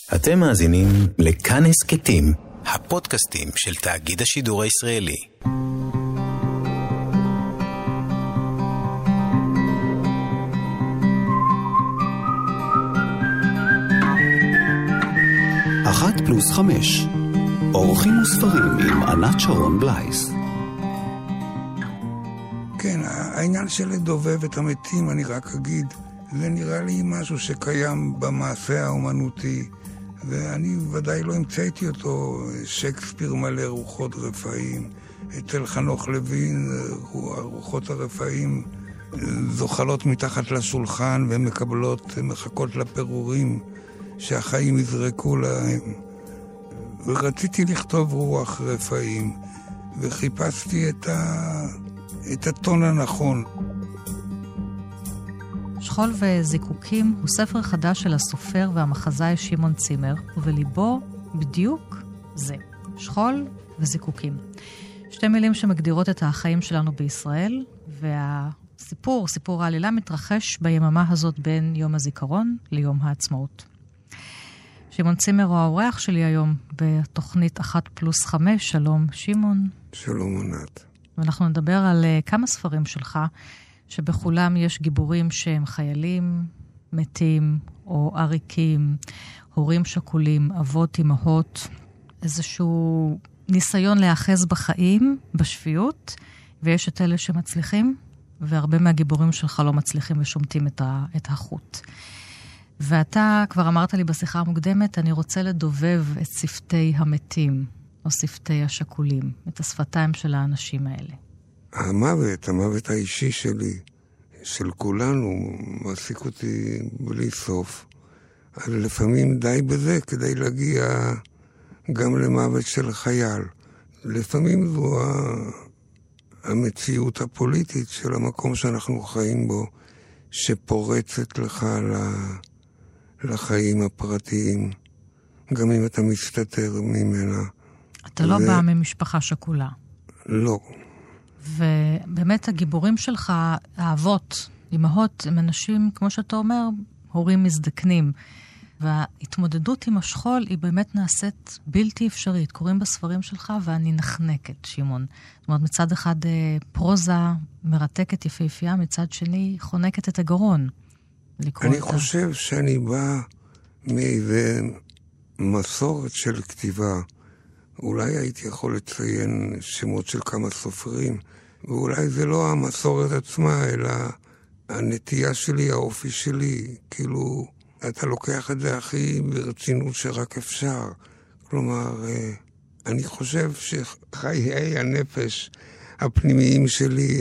אתם מאזינים לכאן הסכתים, הפודקאסטים של תאגיד השידור הישראלי. אחת פלוס 5, אורחים וספרים עם ענת שרון בלייס. כן, העניין של לדובב את המתים, אני רק אגיד, זה נראה לי משהו שקיים במעשה האומנותי, ואני ודאי לא המצאתי אותו. שייקספיר מלא רוחות רפאים, אצל חנוך לוין רוחות הרפאים זוחלות מתחת לשולחן ומקבלות, מחכות לפירורים שהחיים יזרקו להם. ורציתי לכתוב רוח רפאים, וחיפשתי את הטון הנכון. שכול וזיקוקים הוא ספר חדש של הסופר והמחזאי שמעון צימר, ובליבו בדיוק זה, שכול וזיקוקים. שתי מילים שמגדירות את החיים שלנו בישראל, סיפור העלילה מתרחש ביממה הזאת בין יום הזיכרון ליום העצמאות. שמעון צימר הוא האורח שלי היום בתוכנית 1 פלוס 5. שלום שמעון. שלום ענת. ואנחנו נדבר על כמה ספרים שלך, שבכולם יש גיבורים שהם חיילים, מתים או עריקים, הורים שכולים, אבות, אמהות, איזשהו ניסיון להיאחז בחיים, בשפיות, ויש את אלה שמצליחים, והרבה מהגיבורים שלך לא מצליחים ושומטים את החוט. ואתה כבר אמרת לי בשיחה המוקדמת, אני רוצה לדובב את שפתי המתים, או שפתי השכולים, את השפתיים של האנשים האלה. המוות האישי שלי, של כולנו, מעסיק אותי בלי סוף. אבל לפעמים די בזה כדי להגיע גם למוות של חייל. לפעמים זו המציאות הפוליטית של המקום שאנחנו חיים בו, שפורצת לך לחיים הפרטיים, גם אם אתה מסתתר ממנה. אתה לא בא ממשפחה שכולה. לא. ובאמת הגיבורים שלך, האבות, אמהות, הם אנשים, כמו שאתה אומר, הורים מזדקנים. וההתמודדות עם השכול היא באמת נעשית בלתי אפשרית. קוראים בספרים שלך ואני נחנקת, שמעון. זאת אומרת, מצד אחד פרוזה מרתקת יפהפייה, מצד שני חונקת את הגרון. אני חושב שאני בא מאיזה מסורת של כתיבה. אולי הייתי יכול לציין שמות של כמה סופרים, ואולי זה לא המסורת עצמה, אלא הנטייה שלי, האופי שלי. כאילו, אתה לוקח את זה הכי ברצינות שרק אפשר. כלומר, אני חושב שחיי הנפש הפנימיים שלי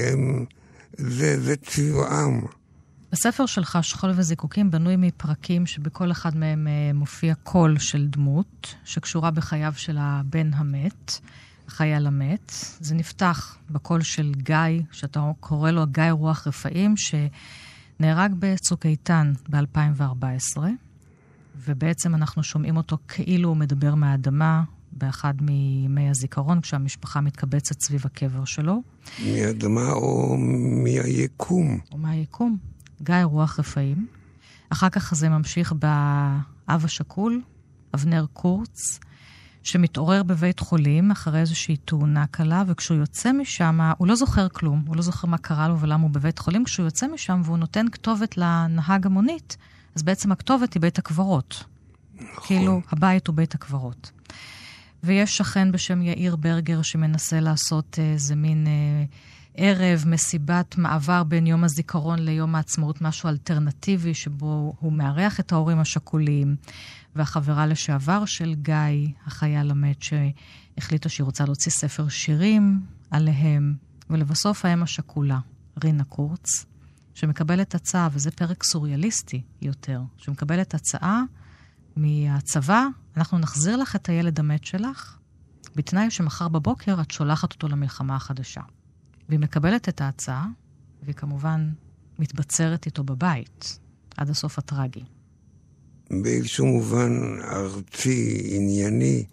זה צבעם. בספר שלך, שכול וזיקוקים, בנוי מפרקים שבכל אחד מהם מופיע קול של דמות, שקשורה בחייו של הבן המת, החייל המת. זה נפתח בקול של גיא, שאתה קורא לו גיא רוח רפאים, שנהרג בצוק איתן ב-2014, ובעצם אנחנו שומעים אותו כאילו הוא מדבר מהאדמה, באחד מימי הזיכרון, כשהמשפחה מתקבצת סביב הקבר שלו. מהאדמה או מהיקום. או מהיקום. גיא רוח רפאים. אחר כך זה ממשיך באב השכול, אבנר קורץ, שמתעורר בבית חולים אחרי איזושהי תאונה קלה, וכשהוא יוצא משם, הוא לא זוכר כלום, הוא לא זוכר מה קרה לו ולמה הוא בבית חולים. כשהוא יוצא משם והוא נותן כתובת לנהג המונית, אז בעצם הכתובת היא בית הקברות. נכון. כאילו, הבית הוא בית הקברות. ויש שכן בשם יאיר ברגר שמנסה לעשות איזה מין ערב, מסיבת מעבר בין יום הזיכרון ליום העצמאות, משהו אלטרנטיבי שבו הוא מארח את ההורים השכולים, והחברה לשעבר של גיא, החייל המת, שהחליטה שהיא רוצה להוציא ספר שירים עליהם, ולבסוף האם השכולה, רינה קורץ, שמקבלת הצעה, וזה פרק סוריאליסטי יותר, שמקבלת הצעה מהצבא, אנחנו נחזיר לך את הילד המת שלך, בתנאי שמחר בבוקר את שולחת אותו למלחמה החדשה. והיא מקבלת את ההצעה, והיא כמובן מתבצרת איתו בבית, עד הסוף הטרגי. באיזשהו מובן ארצי, ענייני,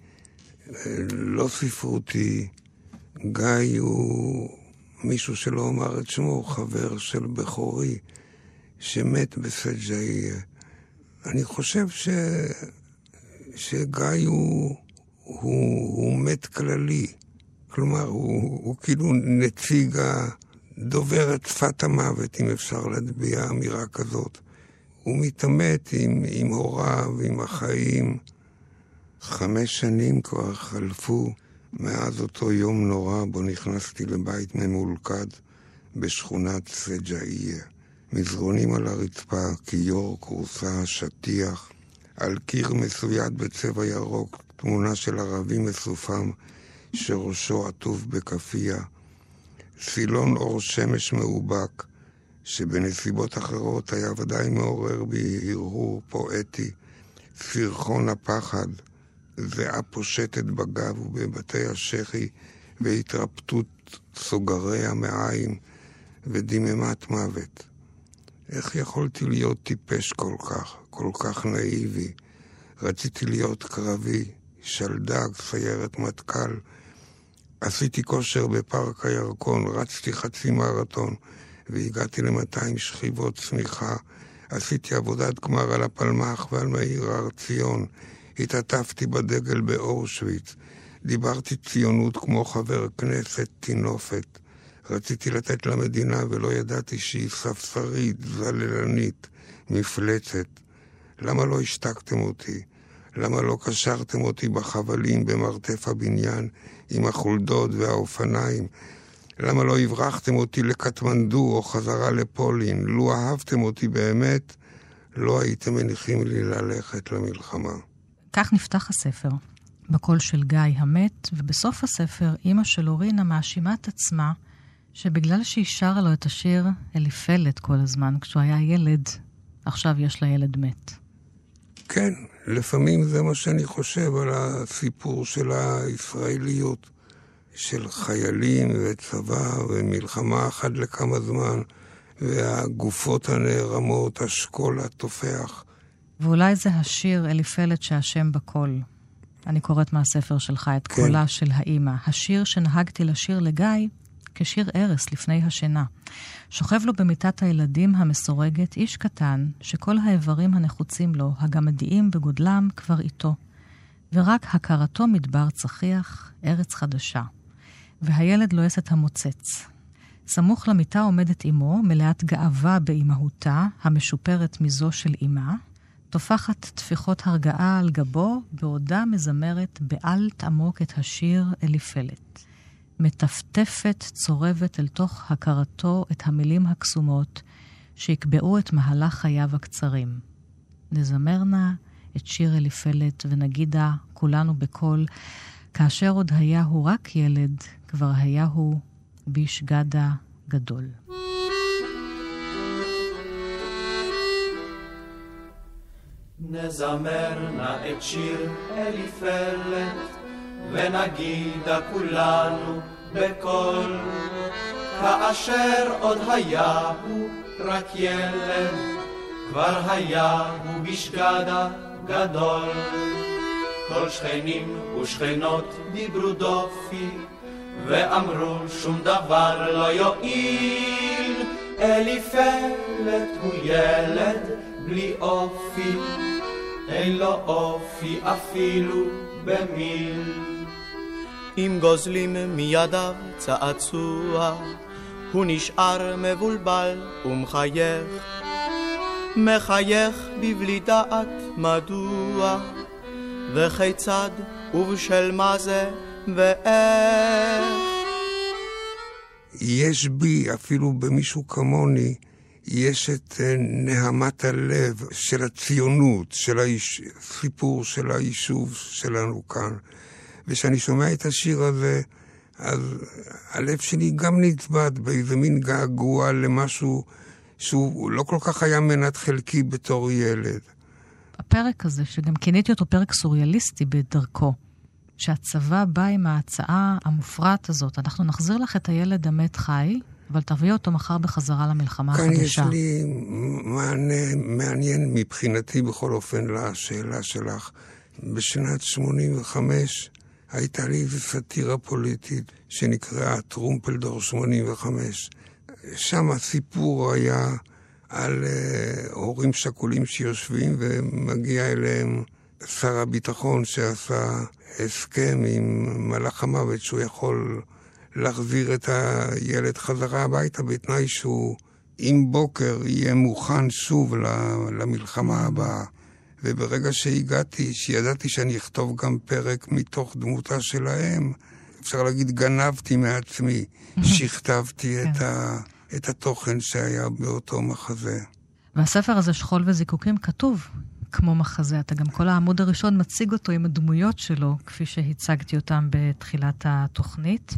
לא ספרותי. גיא הוא מישהו שלא אמר את שמו, חבר של בכורי, שמת בסג'איה. אני חושב שגיא הוא מת כללי. כלומר, הוא כאילו נציג הדובר את שפת המוות, אם אפשר להטביע אמירה כזאת. הוא מתעמת עם הוריו, עם החיים. 5 שנים כבר חלפו מאז אותו יום נורא בו נכנסתי לבית ממולכד בשכונת סג'איה. מזרונים על הרצפה, כיור, קורסה, שטיח. על קיר מסויד בצבע ירוק, תמונה של ערבי מסופם שראשו עטוף בכפייה. סילון אור שמש מאובק, שבנסיבות אחרות היה ודאי מעורר בי הרהור פואטי. סרחון הפחד, זיעה פושטת בגב ובבתי השכי, והתרפטות סוגרי המעיים ודממת מוות. איך יכולתי להיות טיפש כל כך נאיבי? רציתי להיות קרבי, שלדג, סיירת מטכ"ל. עשיתי כושר בפארק הירקון, רצתי חצי מרתון, והגעתי ל200 שכיבות צמיחה. עשיתי עבודת גמר על הפלמח ועל מאיר הר ציון. התעטפתי בדגל באושוויץ. דיברתי ציונות כמו חבר כנסת תינופת. רציתי לתת למדינה ולא ידעתי שהיא ספסרית, זללנית, מפלצת. למה לא השתקתם אותי? למה לא קשרתם אותי בחבלים במרתף הבניין עם החולדות והאופניים? למה לא הברחתם אותי לקטמנדו או חזרה לפולין? לו אהבתם אותי באמת, לא הייתם מניחים לי ללכת למלחמה. כך נפתח הספר, בקול של גיא המת, ובסוף הספר אמא של אורינה מאשימה את עצמה שבגלל שהיא שרה לו את השיר אליפלת כל הזמן כשהוא היה ילד, עכשיו יש לה ילד מת. כן, לפעמים זה מה שאני חושב על הסיפור של הישראליות, של חיילים וצבא ומלחמה אחת לכמה זמן, והגופות הנערמות, השכול התופח. ואולי זה השיר אליפלת שהשם בקול. אני קוראת מהספר שלך את כן. קולה של האמא. השיר שנהגתי לשיר לגיא כשיר ערס לפני השינה. שוכב לו במיטת הילדים המסורגת איש קטן, שכל האיברים הנחוצים לו, הגמדיים בגודלם, כבר איתו. ורק הכרתו מדבר צחיח, ארץ חדשה. והילד לועס את המוצץ. סמוך למיטה עומדת אמו, מלאת גאווה באימהותה, המשופרת מזו של אמה, תופחת תפיחות הרגעה על גבו, בעודה מזמרת באלט עמוק את השיר אליפלת. מטפטפת צורבת אל תוך הכרתו את המילים הקסומות שיקבעו את מהלך חייו הקצרים. נזמרנה את שיר אליפלת ונגידה כולנו בקול, כאשר עוד היה הוא רק ילד, כבר היה הוא ביש גדה גדול. נזמרנה את שיר אליפלת ונגידה כולנו בקול, כאשר עוד היה הוא רק ילד, כבר היה הוא ביש גדה גדול. כל שכנים ושכנות דיברו דופי ואמרו שום דבר לא יועיל, אליפלת הוא ילד בלי אופי, אין לו אופי אפילו במיל. אם גוזלים מידיו צעצוע, הוא נשאר מבולבל ומחייך, מחייך בבלי דעת מדוע וכיצד ובשל מה זה ואיך. יש בי, אפילו במישהו כמוני, יש את נהמת הלב של הציונות, של הסיפור של היישוב שלנו כאן. ושאני שומע את השיר הזה, אז הלב שלי גם נצבט באיזה מין געגוע למשהו שהוא לא כל כך היה מנת חלקי בתור ילד. הפרק הזה, שגם כיניתי אותו פרק סוריאליסטי בדרכו, שהצבא בא עם ההצעה המופרעת הזאת, אנחנו נחזיר לך את הילד המת חי, אבל תביא אותו מחר בחזרה למלחמה החדשה. כאן יש לי מענה מעניין מבחינתי בכל אופן לשאלה שלך. בשנת 85 הייתה לי איזו סאטירה פוליטית שנקראה טרומפלדור 85. שם הסיפור היה על הורים שכולים שיושבים ומגיע אליהם שר הביטחון שעשה הסכם עם מלאך המוות שהוא יכול להחזיר את הילד חזרה הביתה בתנאי שהוא עם בוקר יהיה מוכן שוב למלחמה הבאה. וברגע שהגעתי, שידעתי שאני אכתוב גם פרק מתוך דמותה שלהם, אפשר להגיד גנבתי מעצמי, שכתבתי את התוכן שהיה באותו מחזה. והספר הזה, שכול וזיקוקים, כתוב כמו מחזה. אתה גם כל העמוד הראשון מציג אותו עם הדמויות שלו, כפי שהצגתי אותם בתחילת התוכנית.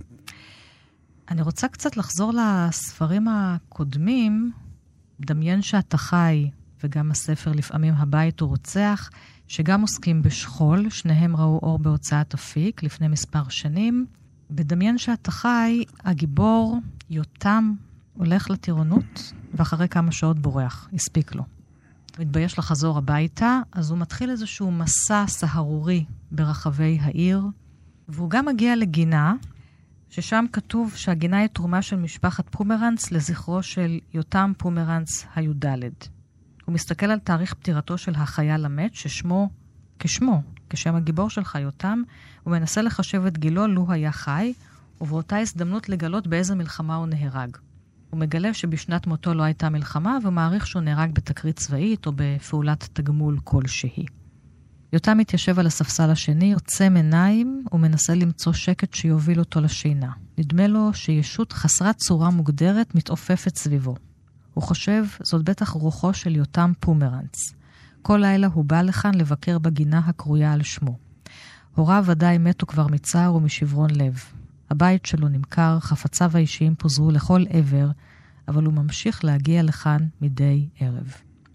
אני רוצה קצת לחזור לספרים הקודמים, דמיין שאתה חי, וגם הספר לפעמים הבית הוא רוצח, שגם עוסקים בשכול, שניהם ראו אור בהוצאת אפיק לפני מספר שנים. בדמיין שאתה חי, הגיבור יותם הולך לטירונות, ואחרי כמה שעות בורח, הספיק לו. הוא מתבייש לחזור הביתה, אז הוא מתחיל איזשהו מסע סהרורי ברחבי העיר, והוא גם מגיע לגינה, ששם כתוב שהגינה היא תרומה של משפחת פומרנץ לזכרו של יותם פומרנץ היודלד. הוא מסתכל על תאריך פטירתו של החייל המת, ששמו כשם הגיבור של חיותם, הוא מנסה לחשב את גילו לו היה חי, ובאותה הזדמנות לגלות באיזה מלחמה הוא נהרג. הוא מגלה שבשנת מותו לא הייתה מלחמה, ומעריך שהוא נהרג בתקרית צבאית או בפעולת תגמול כלשהי. יותם מתיישב על הספסל השני, עוצם עיניים, ומנסה למצוא שקט שיוביל אותו לשינה. נדמה לו שישות חסרת צורה מוגדרת מתעופפת סביבו. הוא חושב, זאת בטח רוחו של יותם פומרנץ. כל לילה הוא בא לכאן לבקר בגינה הקרויה על שמו. הוריו ודאי מתו כבר מצער ומשברון לב. הבית שלו נמכר, חפציו האישיים פוזרו לכל עבר, אבל הוא ממשיך להגיע לכאן מדי ערב.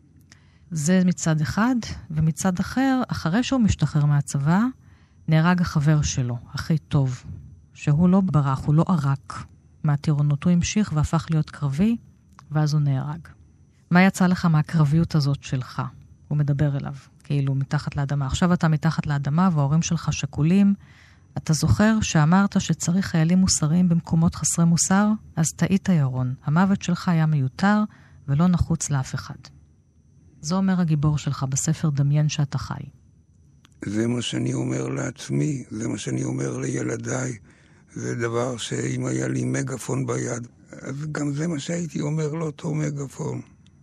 זה מצד אחד, ומצד אחר, אחרי שהוא משתחרר מהצבא, נהרג החבר שלו, הכי טוב, שהוא לא ברח, הוא לא ערק. מהטירונות הוא המשיך והפך להיות קרבי, ואז הוא נהרג. מה יצא לך מהקרביות הזאת שלך? הוא מדבר אליו, כאילו מתחת לאדמה. עכשיו אתה מתחת לאדמה וההורים שלך שקולים. אתה זוכר שאמרת שצריך חיילים מוסריים במקומות חסרי מוסר? אז טעית ירון. המוות שלך היה מיותר ולא נחוץ לאף אחד. זו אומר הגיבור שלך בספר דמיין שאתה חי. זה מה שאני אומר לעצמי, זה מה שאני אומר לילדיי. זה דבר שאם היה לי מגפון ביד, אז גם זה מה שהייתי אומר לאותו מגפון.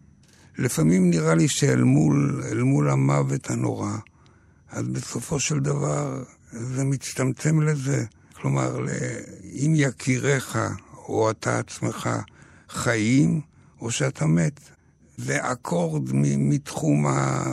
לפעמים נראה לי שאל מול המוות הנורא, אז בסופו של דבר זה מצטמצם לזה. כלומר, אם יקיריך או אתה עצמך חיים או שאתה מת, זה אקורד מתחום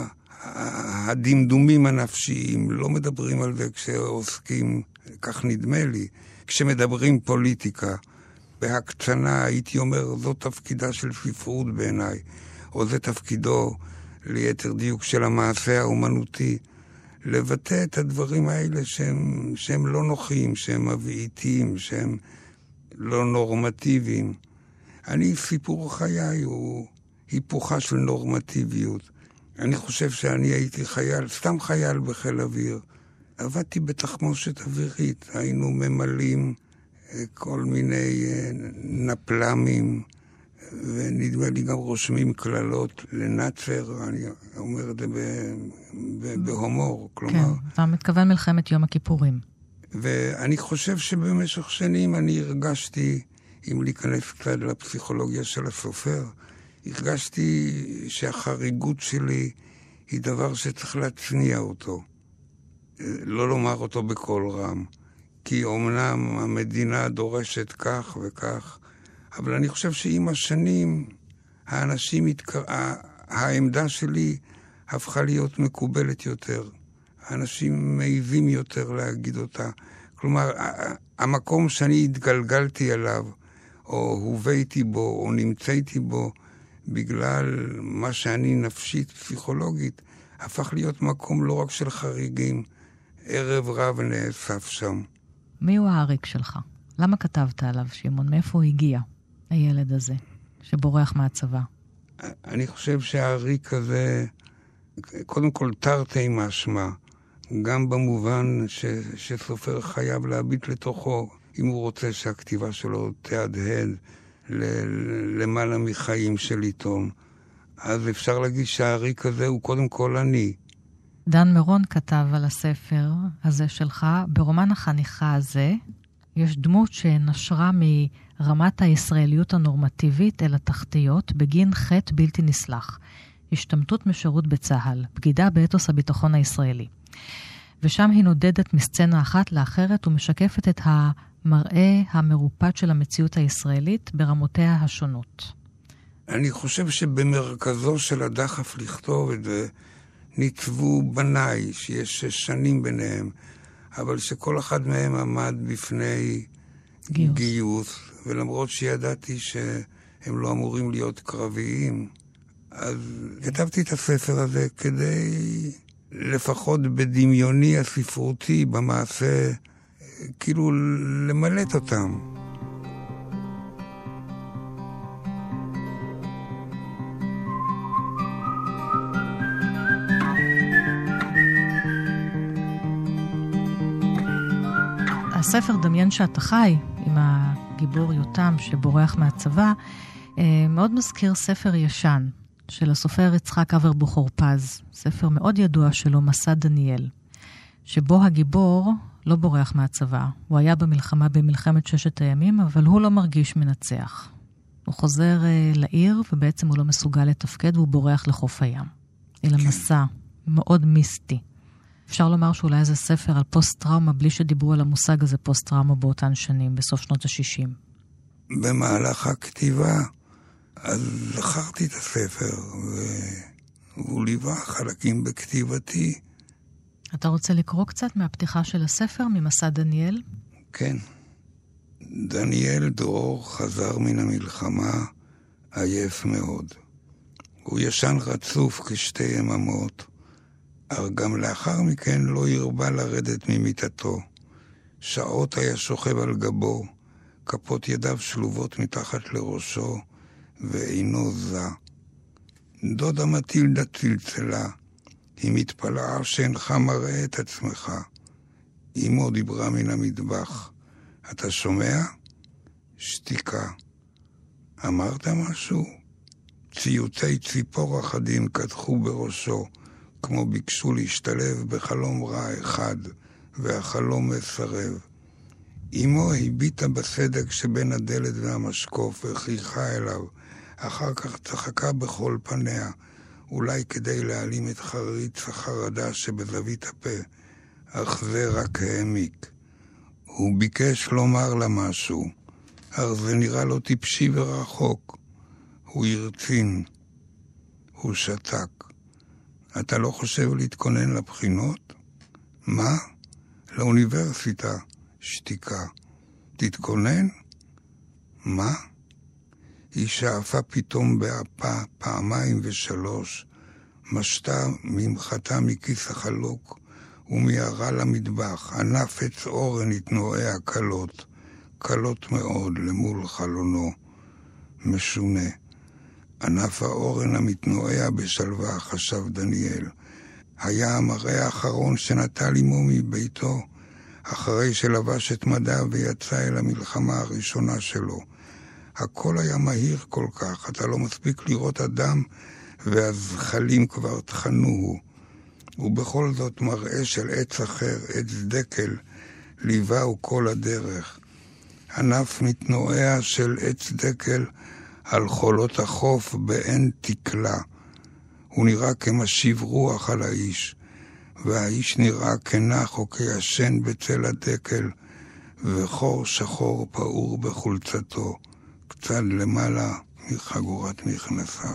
הדמדומים הנפשיים. לא מדברים על זה כשעוסקים, כך נדמה לי, כשמדברים פוליטיקה. בהקצנה הייתי אומר, זו תפקידה של ספרות בעיניי, או זה תפקידו ליתר דיוק של המעשה האומנותי, לבטא את הדברים האלה שהם לא נוחים, שהם מבעיתים, שהם לא נורמטיביים. סיפור חיי הוא היפוכה של נורמטיביות. אני חושב שאני הייתי חייל, סתם חייל בחיל אוויר. עבדתי בתחמושת אווירית, היינו ממלאים כל מיני נפלמים, ונדמה לי גם רושמים כללות לנאצר, אני אומר את זה בהומור, כלומר. כן, אתה מתכוון מלחמת יום הכיפורים. ואני חושב שבמשך שנים אני הרגשתי, אם להיכנס קצת לפסיכולוגיה של הסופר, הרגשתי שהחריגות שלי היא דבר שצריך להצניע אותו. לא לומר אותו בקול רם. כי אומנם המדינה דורשת כך וכך, אבל אני חושב שעם השנים העמדה שלי הפכה להיות מקובלת יותר. האנשים מעיזים יותר להגיד אותה. כלומר, המקום שאני התגלגלתי עליו, או הובאתי בו, או נמצאתי בו, בגלל מה שאני נפשית, פסיכולוגית, הפך להיות מקום לא רק של חריגים. ערב רב נאסף שם. מי הוא העריק שלך? למה כתבת עליו, שמעון? מאיפה הוא הגיע, הילד הזה, שבורח מהצבא? אני חושב שהעריק הזה, קודם כל תרתי משמע, גם במובן שסופר חייב להביט לתוכו, אם הוא רוצה שהכתיבה שלו תהדהד למעלה מחיים של עיתון. אז אפשר להגיד שהעריק הזה הוא קודם כל אני. דן מירון כתב על הספר הזה שלך, ברומן החניכה הזה, יש דמות שנשרה מרמת הישראליות הנורמטיבית אל התחתיות בגין חטא בלתי נסלח. השתמטות משירות בצהל, בגידה באתוס הביטחון הישראלי. ושם היא נודדת מסצנה אחת לאחרת ומשקפת את המראה המרופט של המציאות הישראלית ברמותיה השונות. אני חושב שבמרכזו של הדחף לכתוב את זה ניצבו בניי, שיש 6 שנים ביניהם, אבל שכל אחד מהם עמד בפני גיוס, ולמרות שידעתי שהם לא אמורים להיות קרביים, אז כתבתי את הספר הזה כדי לפחות בדמיוני הספרותי, במעשה, כאילו למלט אותם. הספר דמיין שאתה חי, עם הגיבור יותם שבורח מהצבא, מאוד מזכיר ספר ישן של הסופר יצחק אברבוך אורפז, ספר מאוד ידוע שלו, מסע דניאל, שבו הגיבור לא בורח מהצבא. הוא היה במלחמת 6 הימים, אבל הוא לא מרגיש מנצח. הוא חוזר לעיר, ובעצם הוא לא מסוגל לתפקד, והוא בורח לחוף הים. אלא מסע מאוד מיסטי. אפשר לומר שאולי זה ספר על פוסט-טראומה, בלי שדיברו על המושג הזה פוסט-טראומה באותן שנים, בסוף שנות ה-60. במהלך הכתיבה, אז זכרתי את הספר, והוא ליווה חלקים בכתיבתי. אתה רוצה לקרוא קצת מהפתיחה של הספר, ממסע דניאל? כן. דניאל דרור חזר מן המלחמה עייף מאוד. הוא ישן רצוף כ2 יממות, אך גם לאחר מכן לא הרבה לרדת ממיטתו. שעות היה שוכב על גבו, כפות ידיו שלובות מתחת לראשו, ואינו זה. דודה מטילדה צלצלה, היא מתפלאה שאינך מראה את עצמך. אמו דיברה מן המטבח. אתה שומע? שתיקה. אמרת משהו? ציוצי ציפור אחדים קדחו בראשו, כמו ביקשו להשתלב בחלום רע אחד, והחלום מסרב. אמו הביטה בסדק שבין הדלת והמשקוף וחייכה אליו, אחר כך צחקה בכל פניה, אולי כדי להעלים את חריץ החרדה שבזווית הפה, אך זה רק העמיק. הוא ביקש לומר לה משהו, אך זה נראה לו טיפשי ורחוק. הוא הרצין. הוא שתק. אתה לא חושב להתכונן לבחינות? מה? לאוניברסיטה. שתיקה. תתכונן? מה? היא שאפה פתאום באפה 2 ו3, משתה ממחתה מכיס החלוק, ומיהרה למטבח, ענף עץ אורן התנועע קלות, קלות מאוד למול חלונו, משונה. ענף האורן המתנועע בשלווה, חשב דניאל. היה המראה האחרון שנטל עמו מביתו, אחרי שלבש את מדיו ויצא אל המלחמה הראשונה שלו. הכל היה מהיר כל כך, אתה לא מספיק לראות אדם, והזחלים כבר תחנוהו. ובכל זאת מראה של עץ אחר, עץ דקל, ליווהו כל הדרך. ענף מתנועע של עץ דקל על חולות החוף באין תקלה. הוא נראה כמשיב רוח על האיש, והאיש נראה כנח או כישן בצל הדקל, וחור שחור פעור בחולצתו, קצת למעלה מחגורת מכנסיו.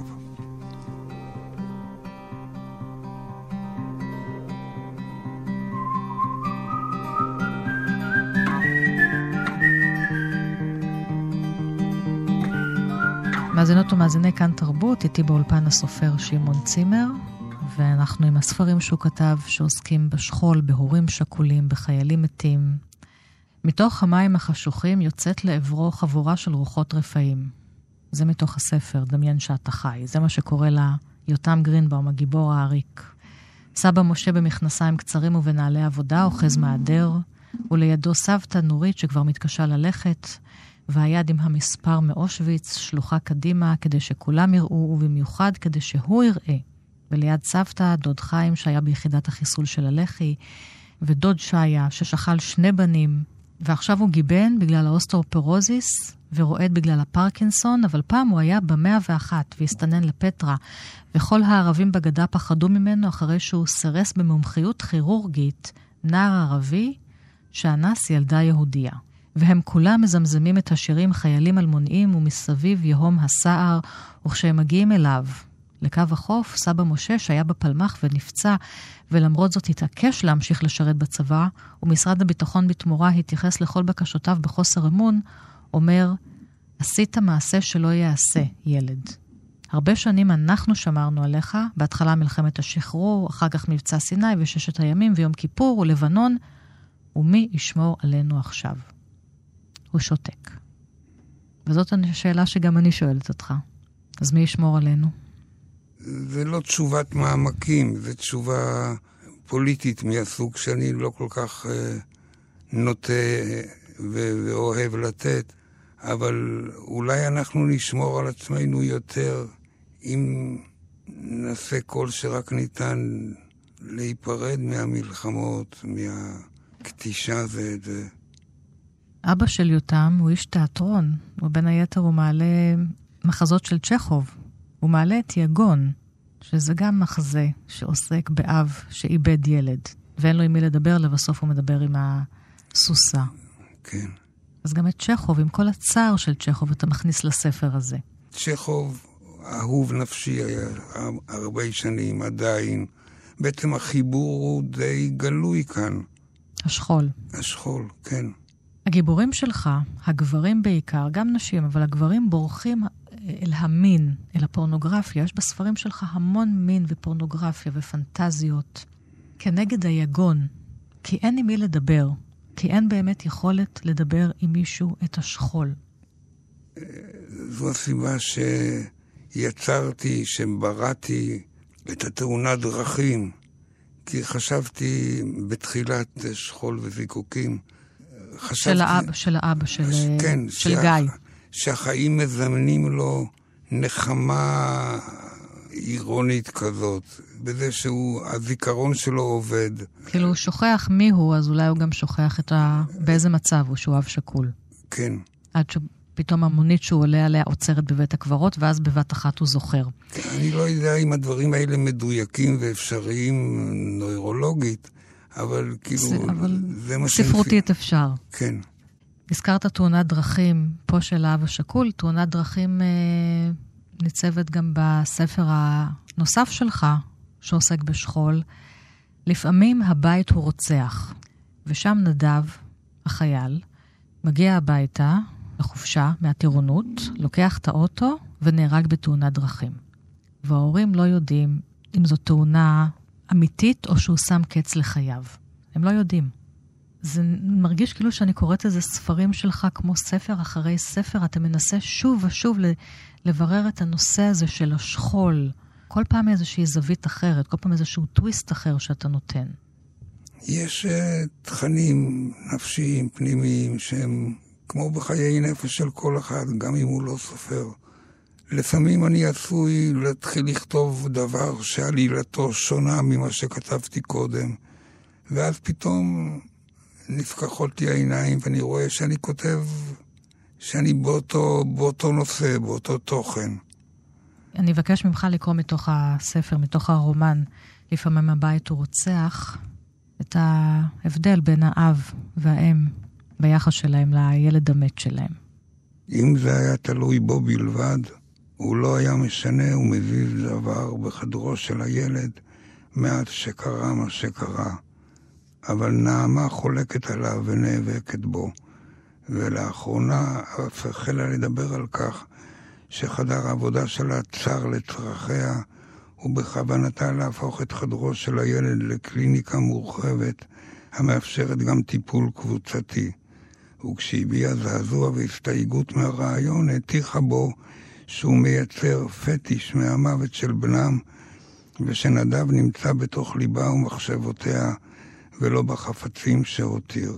מאזינות ומאזיני כאן תרבות, איתי באולפן הסופר שמעון צימר, ואנחנו עם הספרים שהוא כתב שעוסקים בשכול, בהורים שכולים, בחיילים מתים. מתוך המים החשוכים יוצאת לעברו חבורה של רוחות רפאים. זה מתוך הספר, דמיין שאתה חי. זה מה שקורא לה יותם גרינבאום, הגיבור העריק. סבא משה במכנסיים קצרים ובנעלי עבודה, אוחז מעדר, ולידו סבתא נורית שכבר מתקשה ללכת, והיד עם המספר מאושוויץ שלוחה קדימה כדי שכולם יראו, ובמיוחד כדי שהוא יראה, וליד סבתא, דוד חיים שהיה ביחידת החיסול של הלח"י, ודוד שיה ששכל 2 בנים, ועכשיו הוא גיבן בגלל האוסטאופורוזיס, ורועד בגלל הפרקינסון, אבל פעם הוא היה ב101 והסתנן לפטרה, וכל הערבים בגדה פחדו ממנו אחרי שהוא סרס במומחיות כירורגית נער ערבי שאנס ילדה יהודיה. והם כולם מזמזמים את השירים חיילים אלמוניים ומסביב יהום הסער, וכשהם מגיעים אליו לקו החוף, סבא משה שהיה בפלמח ונפצע, ולמרות זאת התעקש להמשיך לשרת בצבא, ומשרד הביטחון בתמורה התייחס לכל בקשותיו בחוסר אמון, אומר, עשית מעשה שלא יעשה, ילד. הרבה שנים אנחנו שמרנו עליך, בהתחלה מלחמת השחרור, אחר כך מבצע סיני וששת הימים ויום כיפור ולבנון, ומי ישמור עלינו עכשיו? הוא שותק. וזאת השאלה שגם אני שואלת אותך. אז מי ישמור עלינו? זה לא תשובת מעמקים, זה תשובה פוליטית מהסוג שאני לא כל כך נוטה ואוהב לתת, אבל אולי אנחנו נשמור על עצמנו יותר אם נעשה כל שרק ניתן להיפרד מהמלחמות, מהקטישה זה. אבא של יותם הוא איש תיאטרון, ובין היתר הוא מעלה מחזות של צ'כוב. הוא מעלה את יגון, שזה גם מחזה שעוסק באב שאיבד ילד, ואין לו עם מי לדבר, לבסוף הוא מדבר עם הסוסה. כן. אז גם את צ'כוב, עם כל הצער של צ'כוב, אתה מכניס לספר הזה. צ'כוב, אהוב נפשי היה הרבה שנים, עדיין. בעצם החיבור הוא די גלוי כאן. השכול. השכול, כן. הגיבורים שלך, הגברים בעיקר, גם נשים, אבל הגברים בורחים אל המין, אל הפורנוגרפיה. יש בספרים שלך המון מין ופורנוגרפיה ופנטזיות. כנגד היגון, כי אין עם מי לדבר, כי אין באמת יכולת לדבר עם מישהו את השכול. זו הסיבה שיצרתי, שבראתי את התאונת דרכים, כי חשבתי בתחילת שכול וזיקוקים, של האבא, של גיא. שהחיים מזמנים לו נחמה אירונית כזאת, בזה הזיכרון שלו עובד. כאילו הוא שוכח מי הוא, אז אולי הוא גם שוכח באיזה מצב הוא, שהוא אב שקול. כן. עד שפתאום המונית שהוא עולה עליה עוצרת בבית הקברות, ואז בבת אחת הוא זוכר. אני לא יודע אם הדברים האלה מדויקים ואפשריים נוירולוגית, אבל כאילו... זה מה ספרותית אפשר. כן. הזכרת תאונת דרכים, פה של האב השקול, תאונת דרכים ניצבת גם בספר הנוסף שלך, שעוסק בשכול. לפעמים הבית הוא רוצח, ושם נדב, החייל, מגיע הביתה לחופשה מהטירונות, לוקח את האוטו ונהרג בתאונת דרכים. וההורים לא יודעים אם זו תאונה אמיתית או שהוא שם קץ לחייו. הם לא יודעים. זה מרגיש כאילו שאני קוראת איזה ספרים שלך כמו ספר אחרי ספר, אתה מנסה שוב ושוב לברר את הנושא הזה של השכול. כל פעם איזושהי זווית אחרת, כל פעם איזשהו טוויסט אחר שאתה נותן. יש תכנים נפשיים, פנימיים, שהם כמו בחיי נפש של כל אחד, גם אם הוא לא סופר. לפעמים אני עשוי להתחיל לכתוב דבר שעלילתו שונה ממה שכתבתי קודם, ואז פתאום נפקחות לי העיניים ואני רואה שאני כותב, שאני באותו נושא, באותו תוכן. אני אבקש ממך לקרוא מתוך הספר, מתוך הרומן, לפעמים הבית הוא רוצח, את ההבדל בין האב והאם ביחס שלהם לילד המת שלהם. אם זה היה תלוי בו בלבד, הוא לא היה משנה ומזיז דבר בחדרו של הילד מאז שקרה מה שקרה. אבל נעמה חולקת עליו ונאבקת בו. ולאחרונה אף החלה לדבר על כך שחדר העבודה שלה צר לצרכיה, ובכוונתה להפוך את חדרו של הילד לקליניקה מורחבת, המאפשרת גם טיפול קבוצתי. וכשהביאה זעזוע והסתייגות מהרעיון, הטיחה בו שהוא מייצר פטיש מהמוות של בנם, ושנדב נמצא בתוך ליבה ומחשבותיה, ולא בחפצים שהותיר.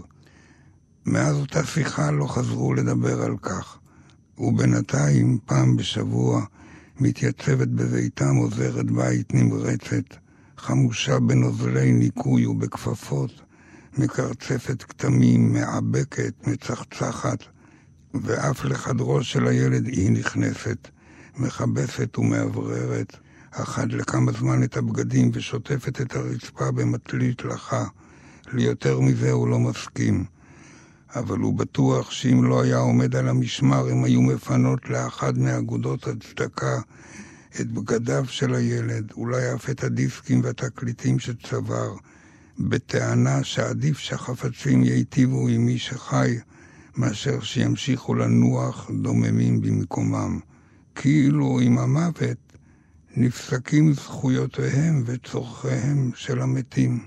מאז אותה שיחה לא חזרו לדבר על כך, ובינתיים פעם בשבוע מתייצבת בביתם, עוזרת בית נמרצת, חמושה בנוזלי ניקוי ובכפפות, מקרצפת כתמים, מעבקת, מצחצחת, ואף לחדרו של הילד היא נכנסת, מכבסת ומעבררת, אחת לכמה זמן את הבגדים ושוטפת את הרצפה במטלית לחה. ליותר מזה הוא לא מסכים. אבל הוא בטוח שאם לא היה עומד על המשמר, הם היו מפנות לאחד מאגודות הצדקה את בגדיו של הילד, אולי אף את הדיסקים והתקליטים שצבר, בטענה שעדיף שהחפצים ייטיבו עם מי שחי, מאשר שימשיכו לנוח דוממים במקומם. כאילו עם המוות נפסקים זכויותיהם וצורכיהם של המתים.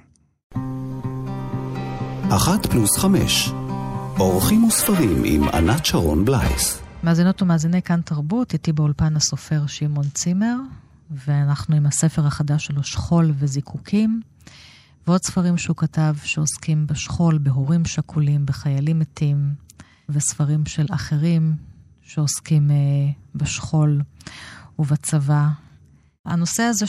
1+5 אורחים וספרים עם ענת שרון בלייס. מאזינות ומאזיני כאן תרבות, איתי באולפן הסופר שמעון צימר, ואנחנו עם הספר החדש שלו, שכול וזיקוקים, ועוד ספרים שהוא כתב שעוסקים בשכול, בהורים שכולים, בחיילים מתים, וספרים של אחרים שעוסקים בשכול ובצבא. הנושא הזה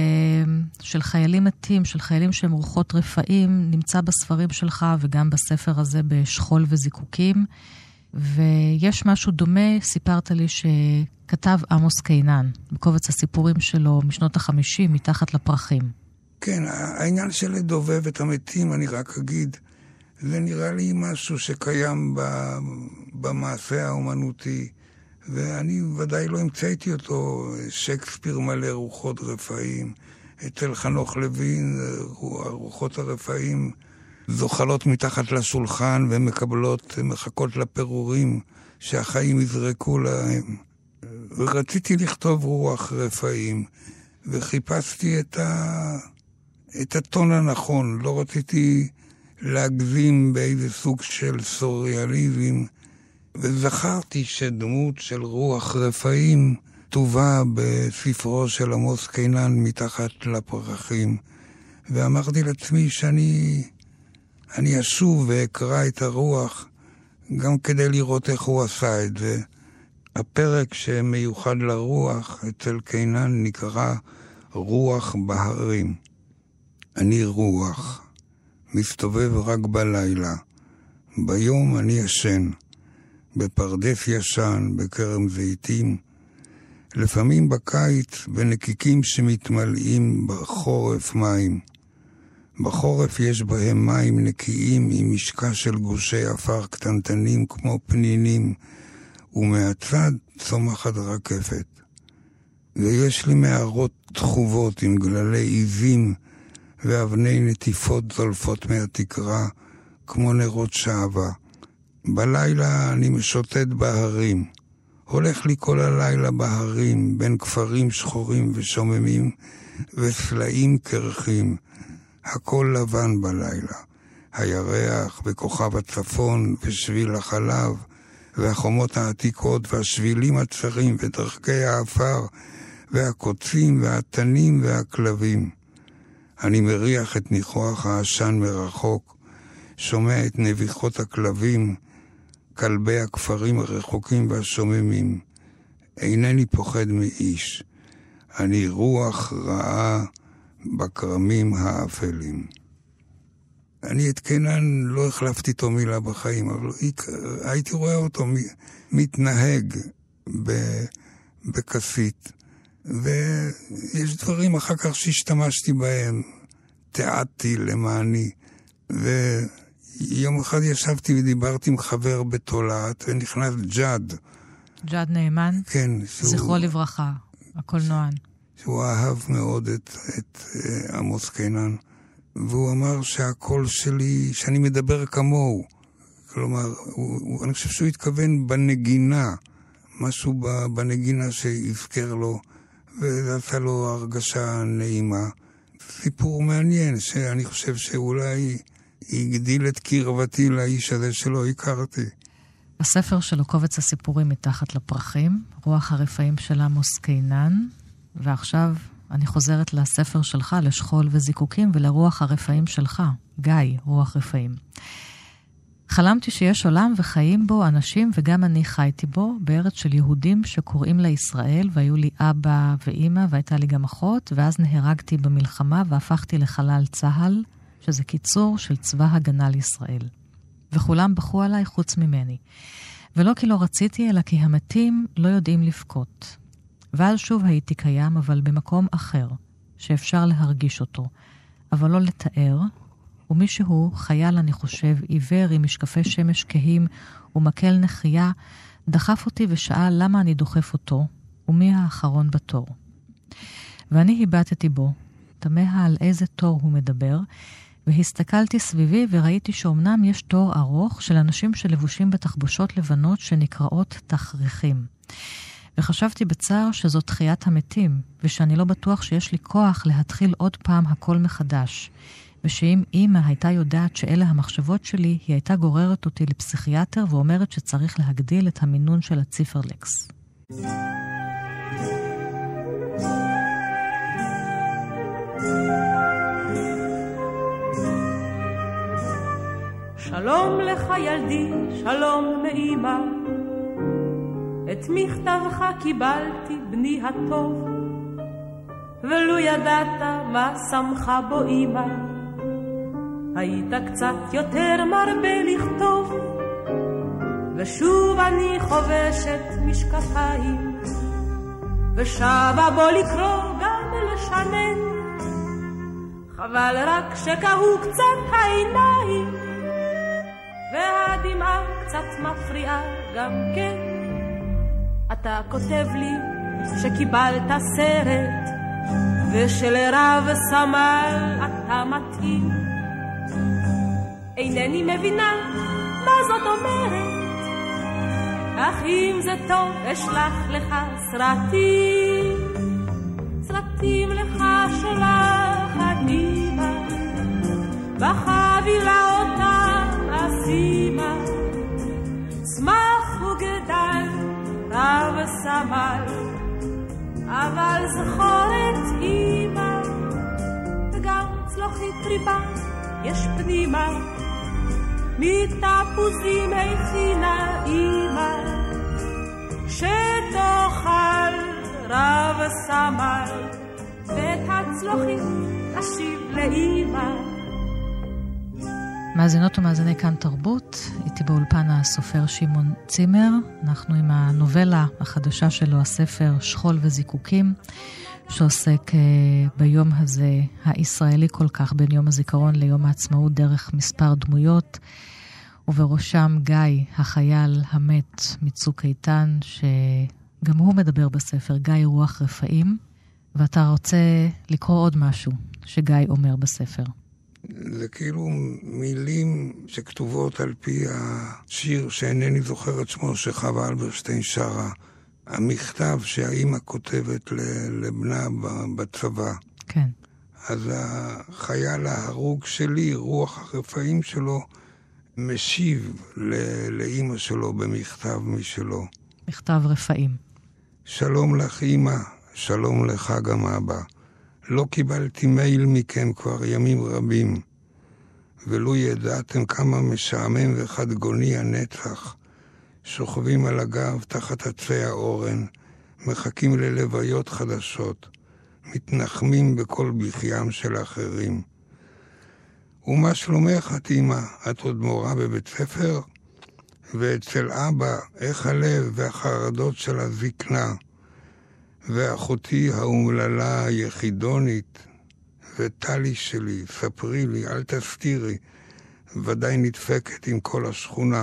של חיילים מתים, של חיילים שהם רוחות רפאים, נמצא בספרים שלך וגם בספר הזה בשכול וזיקוקים. ויש משהו דומה, סיפרת לי שכתב עמוס קינן, בקובץ הסיפורים שלו משנות ה-50, מתחת לפרחים. כן, העניין של לדובב את המתים, אני רק אגיד, זה נראה לי משהו שקיים במעשה האומנותי, ואני ודאי לא המצאתי אותו. שייקספיר מלא רוחות רפאים, אצל חנוך לוין רוחות הרפאים זוחלות מתחת לשולחן ומקבלות, מחכות לפירורים שהחיים יזרקו להם. ורציתי לכתוב רוח רפאים, וחיפשתי את הטון הנכון. לא רציתי להגזים באיזה סוג של סוריאליזם, וזכרתי שדמות של רוח רפאים טובה בספרו של עמוס קינן מתחת לפרחים. ואמרתי לעצמי שאני אשוב ואקרא את הרוח גם כדי לראות איך הוא עשה את זה. הפרק שמיוחד לרוח אצל קינן נקרא רוח בהרים. אני רוח, מסתובב רק בלילה, ביום אני ישן, בפרדס ישן, בכרם זיתים, לפעמים בקיץ בנקיקים שמתמלאים בחורף מים. בחורף יש בהם מים נקיים עם משקע של גושי עפר קטנטנים כמו פנינים, ומהצד צומחת רקפת. ויש לי מערות תחובות עם גללי עיזים ואבני נטיפות זולפות מהתקרה כמו נרות שעבה. בלילה אני משוטט בהרים. הולך לי כל הלילה בהרים בין כפרים שחורים ושוממים וסלעים קרחים. הכל לבן בלילה. הירח וכוכב הצפון ושביל החלב והחומות העתיקות והשבילים הצרים ודרכי האפר והקוצים והתנים והכלבים. אני מריח את ניחוח העשן מרחוק, שומע את נביחות הכלבים, כלבי הכפרים הרחוקים והשוממים. אינני פוחד מאיש. אני רוח רעה בקרמים האפלים. אני את קינן לא החלפתי אותו מילה בחיים, אבל הייתי רואה אותו מתנהג בכסית. ויש דברים אחר כך שהשתמשתי בהם, תיעדתי למעני. ויום אחד ישבתי ודיברתי עם חבר בתולעת, ונכנס ג'אד. ג'אד נאמן? כן. זכרו לברכה, הקולנוען. שהוא אהב מאוד את עמוס קינן, והוא אמר שהקול שלי, שאני מדבר כמוהו. כלומר, אני חושב שהוא התכוון בנגינה, משהו בנגינה שהזכר לו, וזה עשה לו הרגשה נעימה. סיפור מעניין, שאני חושב שאולי הגדיל את קרבתי לאיש הזה שלא הכרתי. הספר שלו, קובץ הסיפורים מתחת לפרחים, רוח הרפאים של עמוס קינן, ועכשיו אני חוזרת לספר שלך, לשכול וזיקוקים, ולרוח הרפאים שלך, גיא, רוח רפאים. וחלמתי שיש עולם וחיים בו אנשים, וגם אני חייתי בו, בארץ של יהודים שקוראים לה ישראל, והיו לי אבא ואמא, והייתה לי גם אחות, ואז נהרגתי במלחמה והפכתי לחלל צהל, שזה קיצור של צבא הגנה לישראל. וכולם בחו עליי חוץ ממני. ולא כי לא רציתי, אלא כי המתים לא יודעים לבכות. ואז שוב הייתי קיים, אבל במקום אחר, שאפשר להרגיש אותו, אבל לא לתאר, ומישהו, חייל אני חושב, עיוור עם משקפי שמש כהים ומקל נחייה, דחף אותי ושאל למה אני דוחף אותו, ומי האחרון בתור. ואני היבטתי בו, תמה על איזה תור הוא מדבר, והסתכלתי סביבי וראיתי שאומנם יש תור ארוך של אנשים שלבושים בתחבושות לבנות שנקראות תכריכים. וחשבתי בצער שזאת תחיית המתים, ושאני לא בטוח שיש לי כוח להתחיל עוד פעם הכל מחדש. ושאם אמא הייתה יודעת שאלה המחשבות שלי, היא הייתה גוררת אותי לפסיכיאטר ואומרת שצריך להגדיל את המינון של הציפרלקס. שלום לך ילדי, שלום מאמא, את מכתבך קיבלתי בני הטוב, ולו ידעת מה שמחה בו אמא, היית קצת יותר מרבה לכתוב. ושוב אני חובשת משקפיים, ושבה בו לקרוא גם לשנן, חבל רק שקהו קצת העיניים, והדמעה קצת מפריעה גם כן. אתה כותב לי שקיבלת סרט, ושלרב סמל אתה מתאים. אינני מבינה מה זאת אומרת, אך אם זה טוב אשלח לך סרטים, סרטים לך שולחת אמא, בחבילה אותה אשימה, שמח וגדל רב סמל, אבל זכור את אמא, וגם צלוחית ריבה יש פנימה, מתפוזים הכינה אמא, שתאכל רב סמל, ואת הצלוחית תשיב לאמא. מאזינות ומאזיני כאן תרבות, איתי באולפן הסופר שמעון צימר. אנחנו עם הנובלה החדשה שלו, הספר שכול וזיקוקים, שעוסק ביום הזה הישראלי כל כך, בין יום הזיכרון ליום העצמאות, דרך מספר דמויות, ובראשם גיא, החייל המת מצוק איתן, שגם הוא מדבר בספר, גיא רוח רפאים, ואתה רוצה לקרוא עוד משהו שגיא אומר בספר. זה כאילו מילים שכתובות על פי השיר שאינני זוכר את שמו, שחווה אלברשטיין שרה, המכתב שהאימא כותבת לבנה בצבא. כן. אז החייל ההרוג שלי, רוח הרפאים שלו, משיב לאימא שלו במכתב משלו. מכתב רפאים. שלום לך אימא, שלום לך גם אבא. לא קיבלתי מייל מכם כבר ימים רבים, ולו ידעתם כמה משעמם וחדגוני הנצח. שוכבים על הגב תחת עצי האורן, מחכים ללוויות חדשות, מתנחמים בכל בכיים של אחרים. ומה שלומך את אמא? את עוד מורה בבית ספר? ואצל אבא, איך הלב והחרדות של הזקנה? ואחותי האומללה היחידונית, וטלי שלי, ספרי לי, אל תסתירי, ודאי נדפקת עם כל השכונה.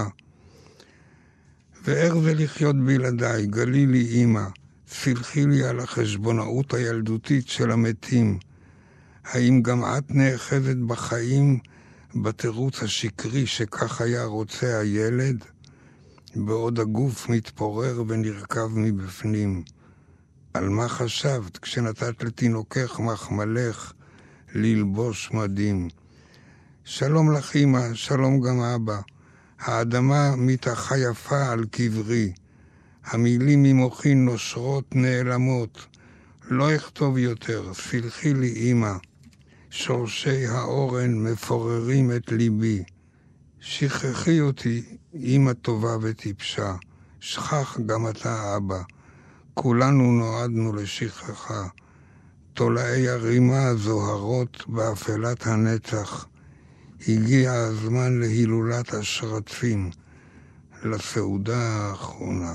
ואיך זה לחיות בלעדיי, גלי לי אמא, סלחי לי על החשבונאות הילדותית של המתים. האם גם את נאחזת בחיים בתירוץ השקרי שכך היה רוצה הילד? בעוד הגוף מתפורר ונרכב מבפנים. על מה חשבת כשנתת לתינוקך מחמלך ללבוש מדים? שלום לך אמא, שלום גם אבא. האדמה מתחה יפה על קברי. המילים ממוחי נושרות נעלמות. לא אכתוב יותר, סלחי לי אמא. שורשי האורן מפוררים את ליבי. שכחי אותי, אמא טובה וטיפשה, שכח גם אתה אבא, כולנו נועדנו לשכחה, תולעי הרימה זוהרות באפלת הנצח, הגיע הזמן להילולת השרצים, לסעודה האחרונה.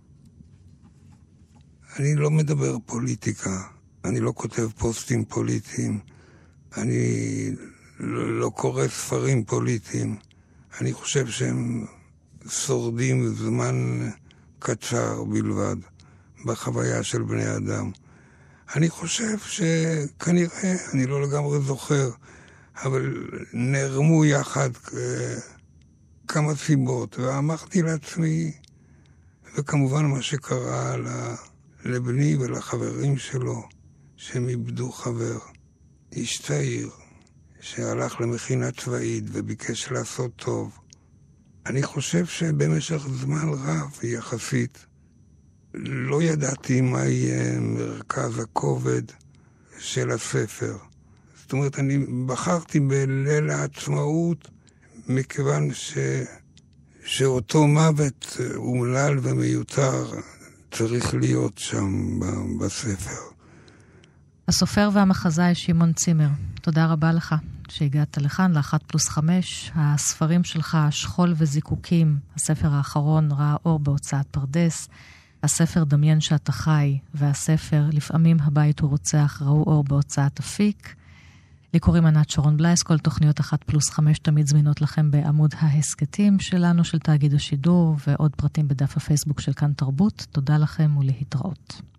אני לא מדבר פוליטיקה, אני לא כותב פוסטים פוליטיים, אני לא קורא ספרים פוליטיים, אני חושב שהם שורדים זמן קצר בלבד בחוויה של בני אדם. אני חושב שכנראה, אני לא לגמרי זוכר, אבל נערמו יחד כמה סיבות, ואמרתי לעצמי, וכמובן מה שקרה לבני ולחברים שלו, שהם איבדו חבר, איש צעיר, שהלך למכינה צבאית וביקש לעשות טוב. אני חושב שבמשך זמן רב יחסית, לא ידעתי מה יהיה מרכז הכובד של הספר. זאת אומרת, אני בחרתי בליל העצמאות, מכיוון שאותו מוות אומלל ומיותר צריך להיות שם בספר. הסופר והמחזאי שמעון צימר, תודה רבה לך שהגעת לכאן, ל1+5. הספרים שלך, שכול וזיקוקים, הספר האחרון ראה אור בהוצאת פרדס, הספר דמיין שאתה חי, והספר לפעמים הבית הוא רוצח ראו אור בהוצאת אפיק. לי קוראים ענת שרון בלייס, כל תוכניות 1+5 תמיד זמינות לכם בעמוד ההסקטים שלנו, של תאגיד השידור, ועוד פרטים בדף הפייסבוק של כאן תרבות. תודה לכם ולהתראות.